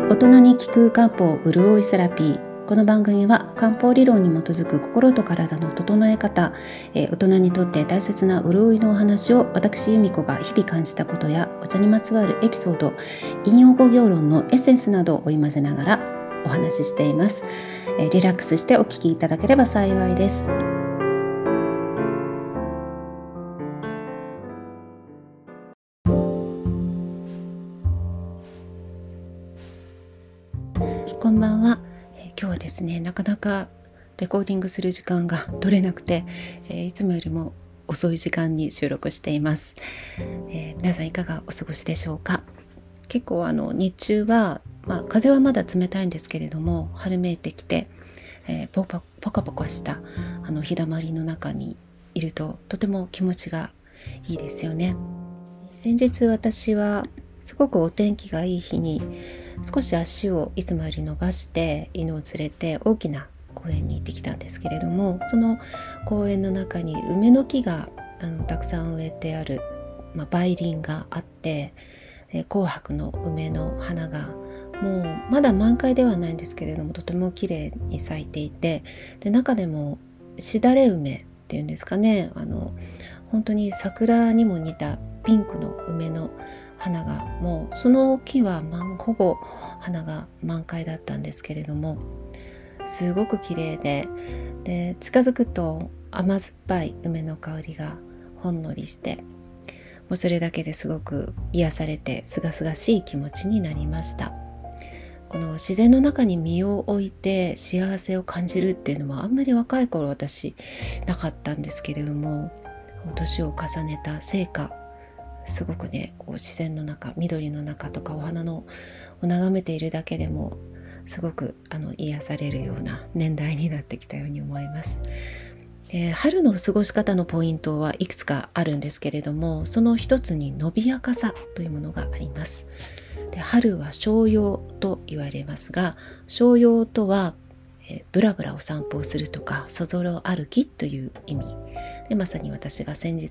大人に効く漢方潤いセラピー。この番組は漢方理論に基づく心と体の整え方、大人にとって大切な潤いのお話を私由美子が日々感じたことやお茶にまつわるエピソード、引用語行論のエッセンスなどを織り交ぜながらお話ししています。リラックスしてお聞きいただければ幸いです。こんばんは。今日はですね、なかなかレコーディングする時間が取れなくて、いつもよりも遅い時間に収録しています。皆さんいかがお過ごしでしょうか。結構日中は、風はまだ冷たいんですけれども、春めいてきて、ポカポカした日だまりの中にいるととても気持ちがいいですよね。先日私はすごくお天気がいい日に少し足をいつもより伸ばして犬を連れて大きな公園に行ってきたんですけれども、その公園の中に梅の木がたくさん植えてある、梅林があって、紅白の梅の花がもうまだ満開ではないんですけれどもとても綺麗に咲いていて、で中でもしだれ梅っていうんですかね、本当に桜にも似たピンクの梅の花が、もうその木はほぼ花が満開だったんですけれども、すごく綺麗で近づくと甘酸っぱい梅の香りがほんのりして、もうそれだけですごく癒されて清々しい気持ちになりました。この自然の中に身を置いて幸せを感じるっていうのはあんまり若い頃私なかったんですけれども、年を重ねたせいかすごくね、こう自然の中、緑の中とかお花を眺めているだけでもすごく癒されるような年代になってきたように思います。で、春の過ごし方のポイントはいくつかあるんですけれども、その一つに伸びやかさというものがあります。で、春は小葉と言われますが、小葉とはブラブラお散歩をするとかそぞろ歩きという意味で、まさに私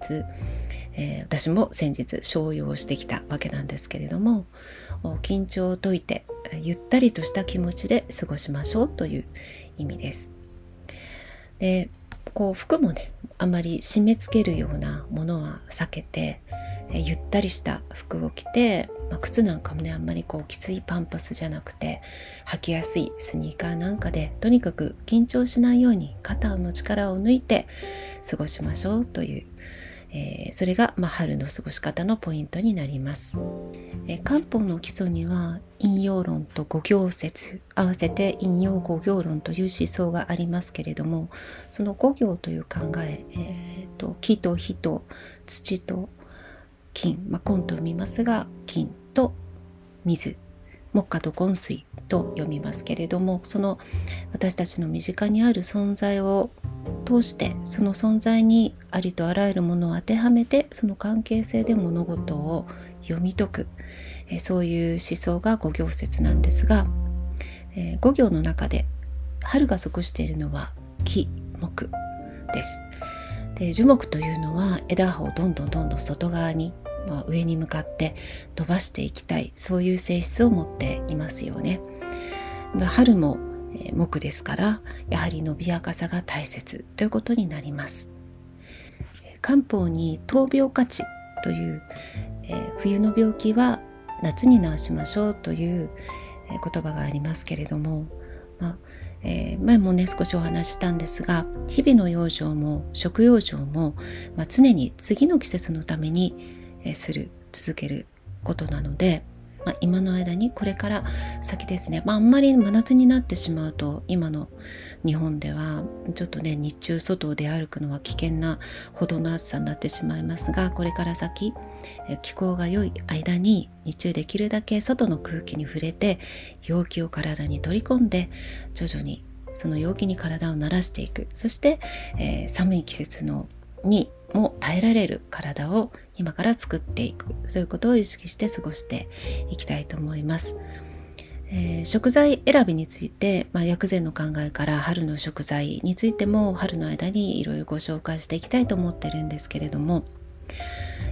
も先日小葉をしてきたわけなんですけれども、緊張を解いてゆったりとした気持ちで過ごしましょうという意味です。で、服もね、あまり締め付けるようなものは避けて、ゆったりした服を着て、靴なんかもね、あんまりきついパンパスじゃなくて履きやすいスニーカーなんかで、とにかく緊張しないように肩の力を抜いて過ごしましょうという、それが、春の過ごし方のポイントになります。漢方の基礎には引用論と五行説、合わせて引用五行論という思想がありますけれども、その五行という考え、木と火と土と金、根と読みますが、金と水、木火土金水と読みますけれども、その私たちの身近にある存在を通して、その存在にありとあらゆるものを当てはめて、その関係性で物事を読み解く、そういう思想が五行説なんですが、五行の中で春が属しているのは木木です。で、樹木というのは枝葉をどんどん外側に、上に向かって伸ばしていきたい、そういう性質を持っていますよね。春も木ですから、やはり伸びやかさが大切ということになります。漢方に闘病勝ちという、冬の病気は夏に治しましょうという言葉がありますけれども、前もね少しお話ししたんですが、日々の養生も食養生も、常に次の季節のために続けることなので、今の間にこれから先ですね、あんまり真夏になってしまうと今の日本ではちょっとね、日中外で歩くのは危険なほどの暑さになってしまいますが、これから先気候が良い間に日中できるだけ外の空気に触れて陽気を体に取り込んで、徐々にその陽気に体を慣らしていく。そして、寒い季節にも耐えられる体を今から作っていく、そういうことを意識して過ごしていきたいと思います。食材選びについて、薬膳の考えから春の食材についても春の間にいろいろご紹介していきたいと思ってるんですけれども、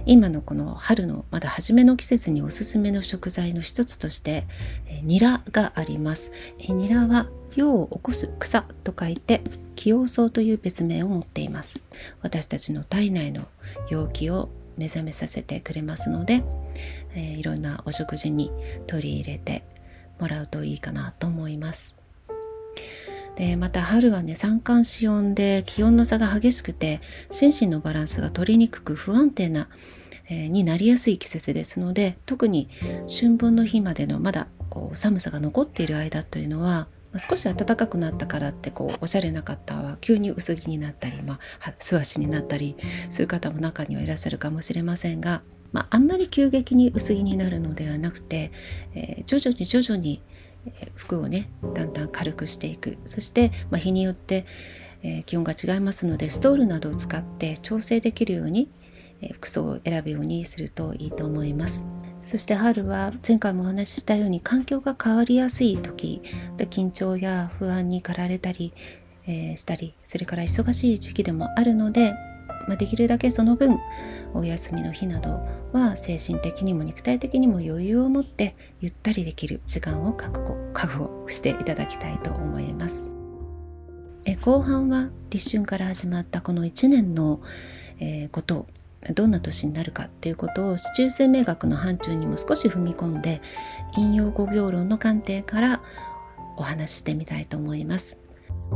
今のこの春のまだ初めの季節におすすめの食材の一つとしてニラがあります。ニラは葉を起こす草と書いて起葉草という別名を持っています。私たちの体内の陽気を目覚めさせてくれますので、いろんなお食事に取り入れてもらうといいかなと思います。でまた春はね、三寒四温で気温の差が激しくて心身のバランスが取りにくく不安定な、になりやすい季節ですので、特に春分の日までのまだ寒さが残っている間というのは、少し暖かくなったからっておしゃれな方は急に薄着になったり、素足になったりする方も中にはいらっしゃるかもしれませんが、あんまり急激に薄着になるのではなくて、徐々に服をねだんだん軽くしていく。そして、日によって、気温が違いますのでストールなどを使って調整できるように、服装を選ぶようにするといいと思います。そして春は前回もお話ししたように環境が変わりやすい時で、緊張や不安に駆られたり、したり、それから忙しい時期でもあるので、できるだけその分お休みの日などは精神的にも肉体的にも余裕を持ってゆったりできる時間を確保していただきたいと思います。後半は立春から始まったこの1年の、ことをどんな年になるかということを四柱推命学の範疇にも少し踏み込んで、陰陽五行論の観点からお話ししてみたいと思います。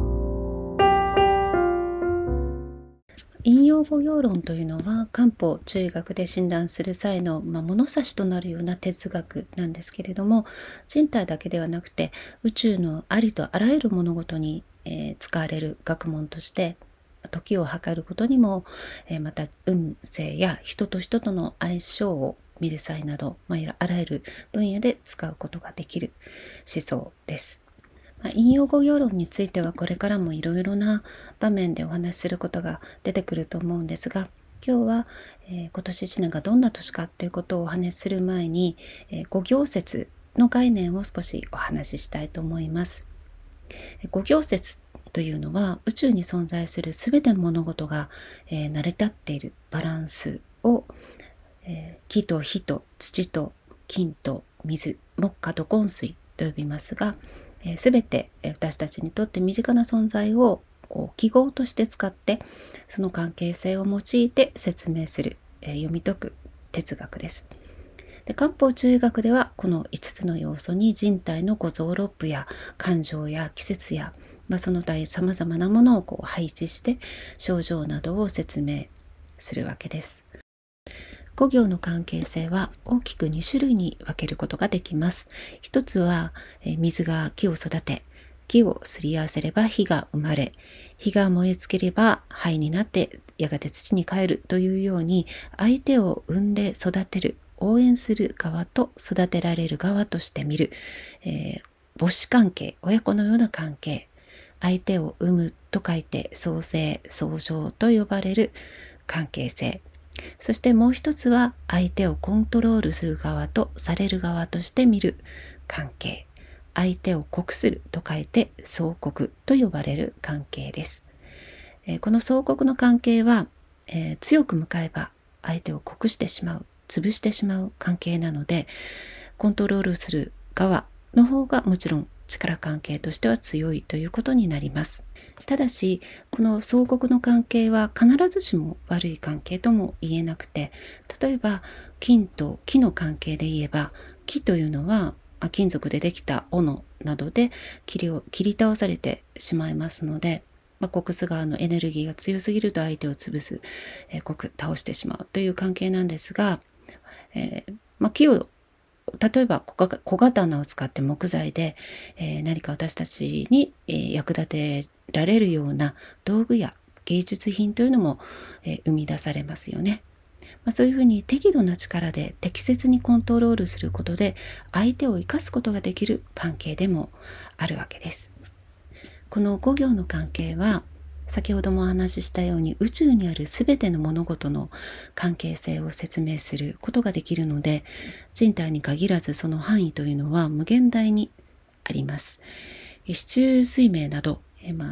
陰陽五行論というのは漢方中医学で診断する際の、物差しとなるような哲学なんですけれども、人体だけではなくて宇宙のありとあらゆる物事に、使われる学問として、時を測ることにも、また運勢や人と人との相性を見る際など、あらゆる分野で使うことができる思想です。陰陽五行論についてはこれからもいろいろな場面でお話しすることが出てくると思うんですが、今日は、今年1年がどんな年かということをお話しする前に、五行説の概念を少しお話ししたいと思います。五行説というのは宇宙に存在するすべての物事が、成り立っているバランスを、木と火と土と金と水、木火土金水と呼びますが、すべて私たちにとって身近な存在を記号として使って、その関係性を用いて説明する、読み解く哲学です。で、漢方中医学ではこの5つの要素に人体の五臓六腑や感情や季節や、その他さまざまなものを配置して症状などを説明するわけです。五行の関係性は大きく2種類に分けることができます。一つは水が木を育て、木をすり合わせれば火が生まれ、火が燃え尽きれば灰になってやがて土に帰るというように、相手を産んで育てる、応援する側と育てられる側として見る、母子関係、親子のような関係、相手を産むと書いて相生相生と呼ばれる関係性、そしてもう一つは相手をコントロールする側とされる側として見る関係、相手を酷すると書いて相酷と呼ばれる関係です。この相酷の関係は、強く向かえば相手を酷してしまう、潰してしまう関係なので、コントロールする側の方がもちろん力関係としては強いということになります。ただし、この相国の関係は必ずしも悪い関係とも言えなくて、例えば金と木の関係で言えば、木というのは金属でできた斧などで切り倒されてしまいますので、国す側のエネルギーが強すぎると相手を潰す、倒してしまうという関係なんですが、木を例えば小刀を使って木材で、何か私たちに、役立てられるような道具や芸術品というのも、生み出されますよね。そういうふうに適度な力で適切にコントロールすることで相手を生かすことができる関係でもあるわけです。この五行の関係は先ほどもお話ししたように宇宙にあるすべての物事の関係性を説明することができるので、人体に限らずその範囲というのは無限大にあります。四柱推命など、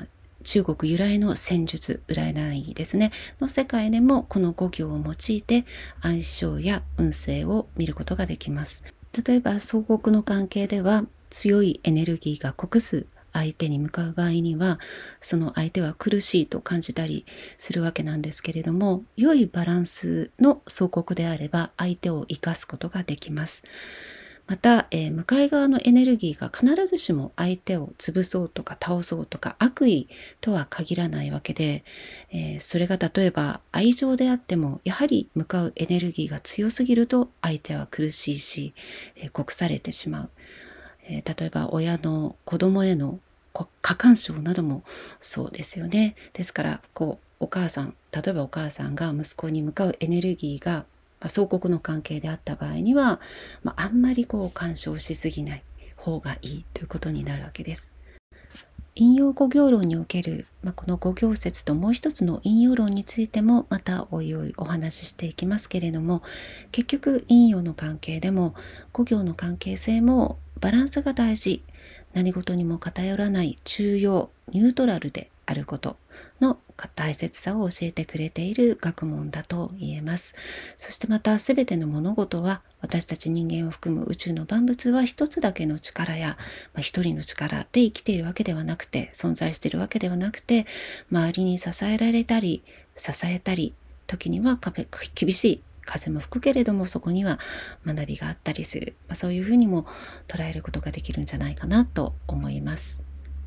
中国由来の戦術占いですねの世界でもこの5行を用いて相性や運勢を見ることができます。例えば相国の関係では強いエネルギーが酷す相手に向かう場合にはその相手は苦しいと感じたりするわけなんですけれども、良いバランスの相国であれば相手を生かすことができます。また、向かい側のエネルギーが必ずしも相手を潰そうとか倒そうとか悪意とは限らないわけで、それが例えば愛情であってもやはり向かうエネルギーが強すぎると相手は苦しいし、酷されてしまう。例えば親の子供への過干渉などもそうですよね。ですからお母さん、例えばお母さんが息子に向かうエネルギーが相国の関係であった場合には、あんまり干渉しすぎない方がいいということになるわけです。引用語行論における、この語行説ともう一つの引用論についてもまたおいおいお話ししていきますけれども、結局引用の関係でも語行の関係性もバランスが大事、何事にも偏らない中庸ニュートラルであることの大切さを教えてくれている学問だと言えます。そしてまた全ての物事は、私たち人間を含む宇宙の万物は一つだけの力や、一人の力で生きているわけではなくて、存在しているわけではなくて、周りに支えられたり支えたり、時には厳しい風も吹くけれどもそこには学びがあったりする、そういうふうにも捉えることができるんじゃないかなと思います。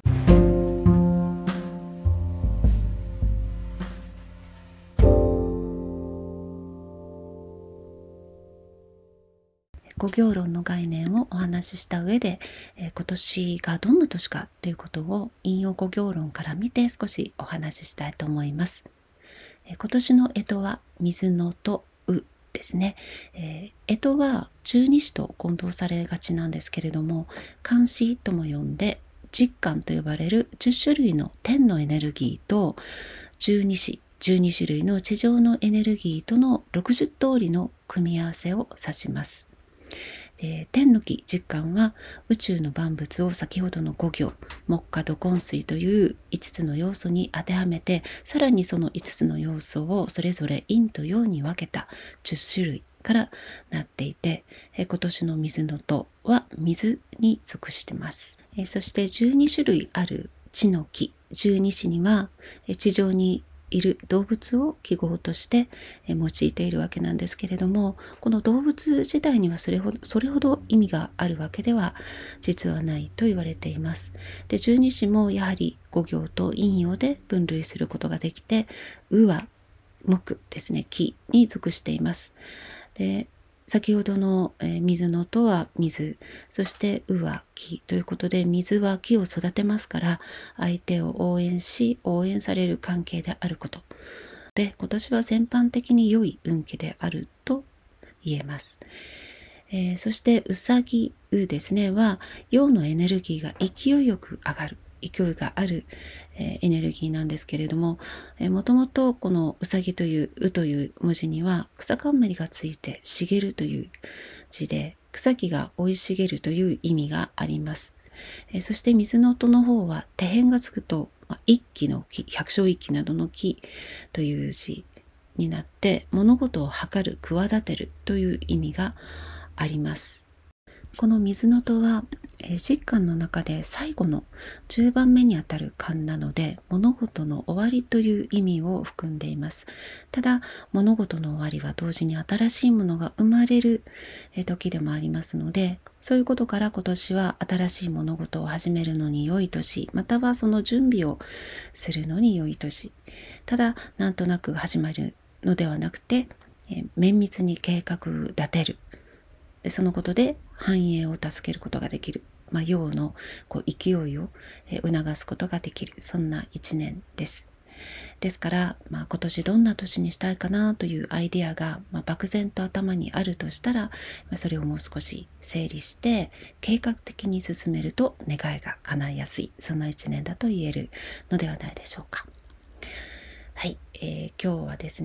語行論の概念をお話しした上で、今年がどんな年かということを引用語行論から見て少しお話ししたいと思います。今年の干支は水のとうですね。干支は十二支と混同されがちなんですけれども、漢詩とも呼んで十干と呼ばれる10種類の天のエネルギーと十二支12種類の地上のエネルギーとの60通りの組み合わせを指します。天の気実感は宇宙の万物を先ほどの5行木火土金水という5つの要素に当てはめて、さらにその5つの要素をそれぞれ陰と陽に分けた10種類からなっていて、今年の水のとは水に属しています。そして12種類ある地の気12支には地上にいる動物を記号として用いているわけなんですけれども、この動物自体にはそれほど意味があるわけでは実はないと言われています。で、十二支もやはり五行と陰陽で分類することができて、うは木ですね、木に属しています。で、先ほどの水のとは水、そしてうは木ということで、水は木を育てますから相手を応援し応援される関係であることで、今年は全般的に良い運気であると言えます。そしてうさぎうですねは陽のエネルギーが勢いよく上がる、勢いがあるエネルギーなんですけれども、もともとこのうさぎといううという文字には草冠がついて茂るという字で、草木が生い茂るという意味があります。そして水の音の方は手辺がつくと、一揆の木、百姓一揆などの木という字になって、物事を測る、企てるという意味があります。この水のとは十干の中で最後の10番目にあたる干なので、物事の終わりという意味を含んでいます。ただ物事の終わりは同時に新しいものが生まれる時でもありますので、そういうことから今年は新しい物事を始めるのに良い年、またはその準備をするのに良い年。ただなんとなく始まるのではなくて、綿密に計画立てる、そのことで繁栄を助けることができる、陽の勢いを促すことができる、そんな一年です。ですから、今年どんな年にしたいかなというアイデアが、漠然と頭にあるとしたら、それをもう少し整理して計画的に進めると願いが叶いやすい、そんな一年だと言えるのではないでしょうか。はい、今日はですね、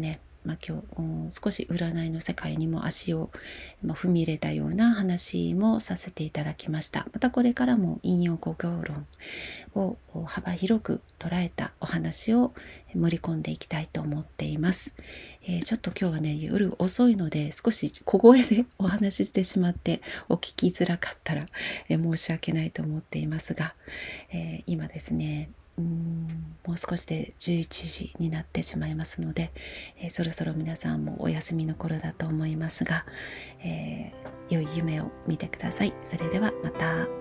今日少し占いの世界にも足を踏み入れたような話もさせていただきました。またこれからも引用語行論を幅広く捉えたお話を盛り込んでいきたいと思っています。ちょっと今日はね、夜遅いので少し小声でお話ししてしまってお聞きづらかったら申し訳ないと思っていますが、今ですね、もう少しで11時になってしまいますので、そろそろ皆さんもお休みの頃だと思いますが、良い夢を見てください。それではまた。